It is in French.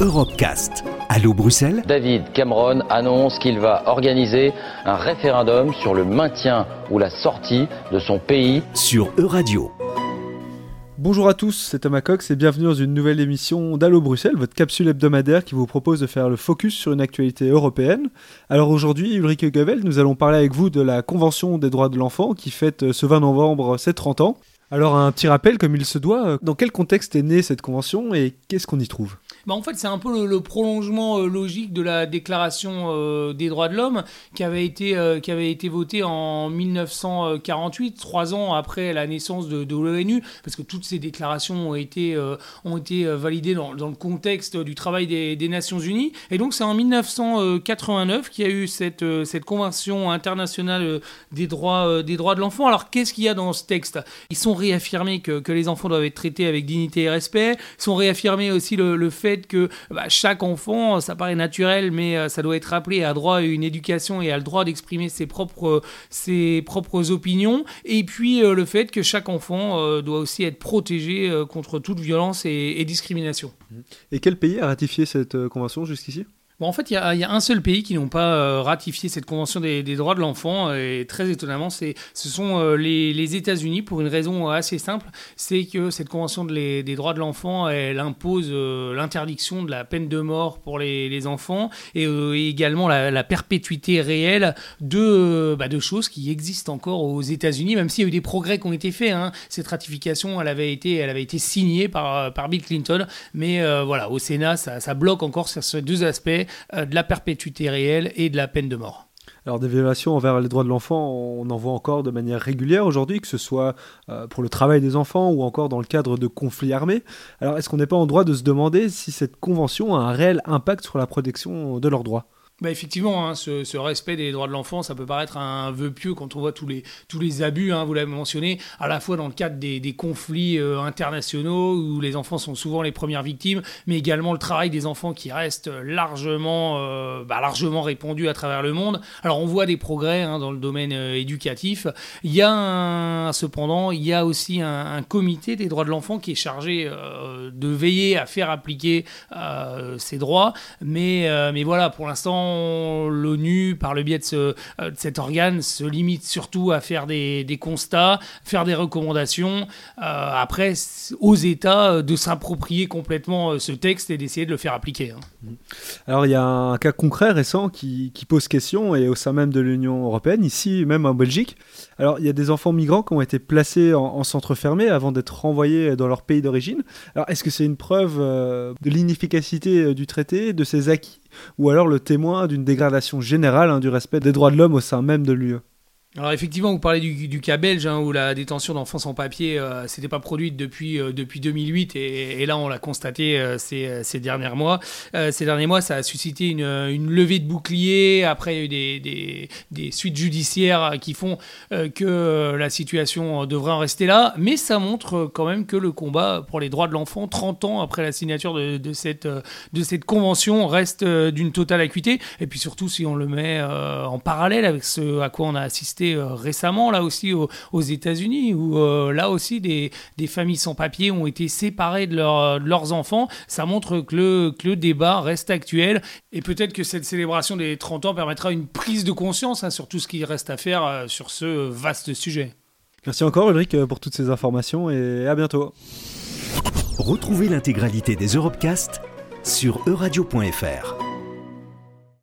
Europecast. Allô Bruxelles ? David Cameron annonce qu'il va organiser un référendum sur le maintien ou la sortie de son pays sur Euradio. Bonjour à tous, c'est Thomas Cox et bienvenue dans une nouvelle émission d'Allô Bruxelles, votre capsule hebdomadaire qui vous propose de faire le focus sur une actualité européenne. Alors aujourd'hui, Ulrike Göbel, nous allons parler avec vous de la Convention des droits de l'enfant qui fête ce 20 novembre ses 30 ans. Alors un petit rappel comme il se doit, dans quel contexte est née cette convention et qu'est-ce qu'on y trouve ? En fait, c'est un peu le prolongement logique de la Déclaration des droits de l'homme qui avait été votée en 1948, 3 ans après la naissance de l'ONU, parce que toutes ces déclarations ont été validées dans le contexte du travail des Nations Unies. Et donc, c'est en 1989 qu'il y a eu cette Convention internationale des droits de l'enfant. Alors, qu'est-ce qu'il y a dans ce texte ? Ils sont réaffirmés que les enfants doivent être traités avec dignité et respect. Ils sont réaffirmés aussi le fait que chaque enfant, ça paraît naturel, mais ça doit être rappelé, a droit à une éducation et a le droit d'exprimer ses propres opinions. Et puis le fait que chaque enfant doit aussi être protégé contre toute violence et discrimination. Et quel pays a ratifié cette convention jusqu'ici ? En fait, il y a un seul pays qui n'ont pas ratifié cette convention des droits de l'enfant, et très étonnamment, ce sont les États-Unis, pour une raison assez simple, c'est que cette convention des droits de l'enfant, elle impose l'interdiction de la peine de mort pour les enfants, et également la perpétuité réelle de choses qui existent encore aux États-Unis, même s'il y a eu des progrès qui ont été faits. Cette ratification, elle avait été signée par Bill Clinton, mais au Sénat, ça bloque encore sur ces deux aspects, de la perpétuité réelle et de la peine de mort. Alors des violations envers les droits de l'enfant, on en voit encore de manière régulière aujourd'hui, que ce soit pour le travail des enfants ou encore dans le cadre de conflits armés. Alors est-ce qu'on n'est pas en droit de se demander si cette convention a un réel impact sur la protection de leurs droits ? Effectivement, ce respect des droits de l'enfant, ça peut paraître un vœu pieux quand on voit tous les abus, vous l'avez mentionné, à la fois dans le cadre des conflits internationaux où les enfants sont souvent les premières victimes, mais également le travail des enfants qui reste largement répandu à travers le monde. Alors on voit des progrès dans le domaine éducatif. Il y a aussi un comité des droits de l'enfant qui est chargé de veiller à faire appliquer ces droits, mais voilà, pour l'instant, l'ONU, par le biais de cet organe, se limite surtout à faire des constats, faire des recommandations. Après, aux États de s'approprier complètement ce texte et d'essayer de le faire appliquer. Alors, il y a un cas concret récent qui pose question, et au sein même de l'Union européenne, ici même en Belgique. Alors, il y a des enfants migrants qui ont été placés en centre fermé avant d'être renvoyés dans leur pays d'origine. Alors, est-ce que c'est une preuve de l'inefficacité du traité, de ses acquis, ou alors le témoin d'une dégradation générale du respect des droits de l'homme au sein même de l'UE ? Alors effectivement, vous parlez du cas belge où la détention d'enfants sans papier s'était pas produite depuis 2008 et là on l'a constaté ces derniers mois. Ces derniers mois, ça a suscité une levée de boucliers. Après, il y a eu des suites judiciaires qui font que la situation devrait en rester là. Mais ça montre quand même que le combat pour les droits de l'enfant, 30 ans après la signature de cette convention, reste d'une totale acuité. Et puis surtout, si on le met en parallèle avec ce à quoi on a assisté récemment, là aussi aux États-Unis, où là aussi des familles sans papier ont été séparées de leurs enfants. Ça montre que le débat reste actuel, et peut-être que cette célébration des 30 ans permettra une prise de conscience sur tout ce qu'il reste à faire sur ce vaste sujet. Merci encore Ulrike pour toutes ces informations et à bientôt. Retrouvez l'intégralité des Europecast sur euradio.fr.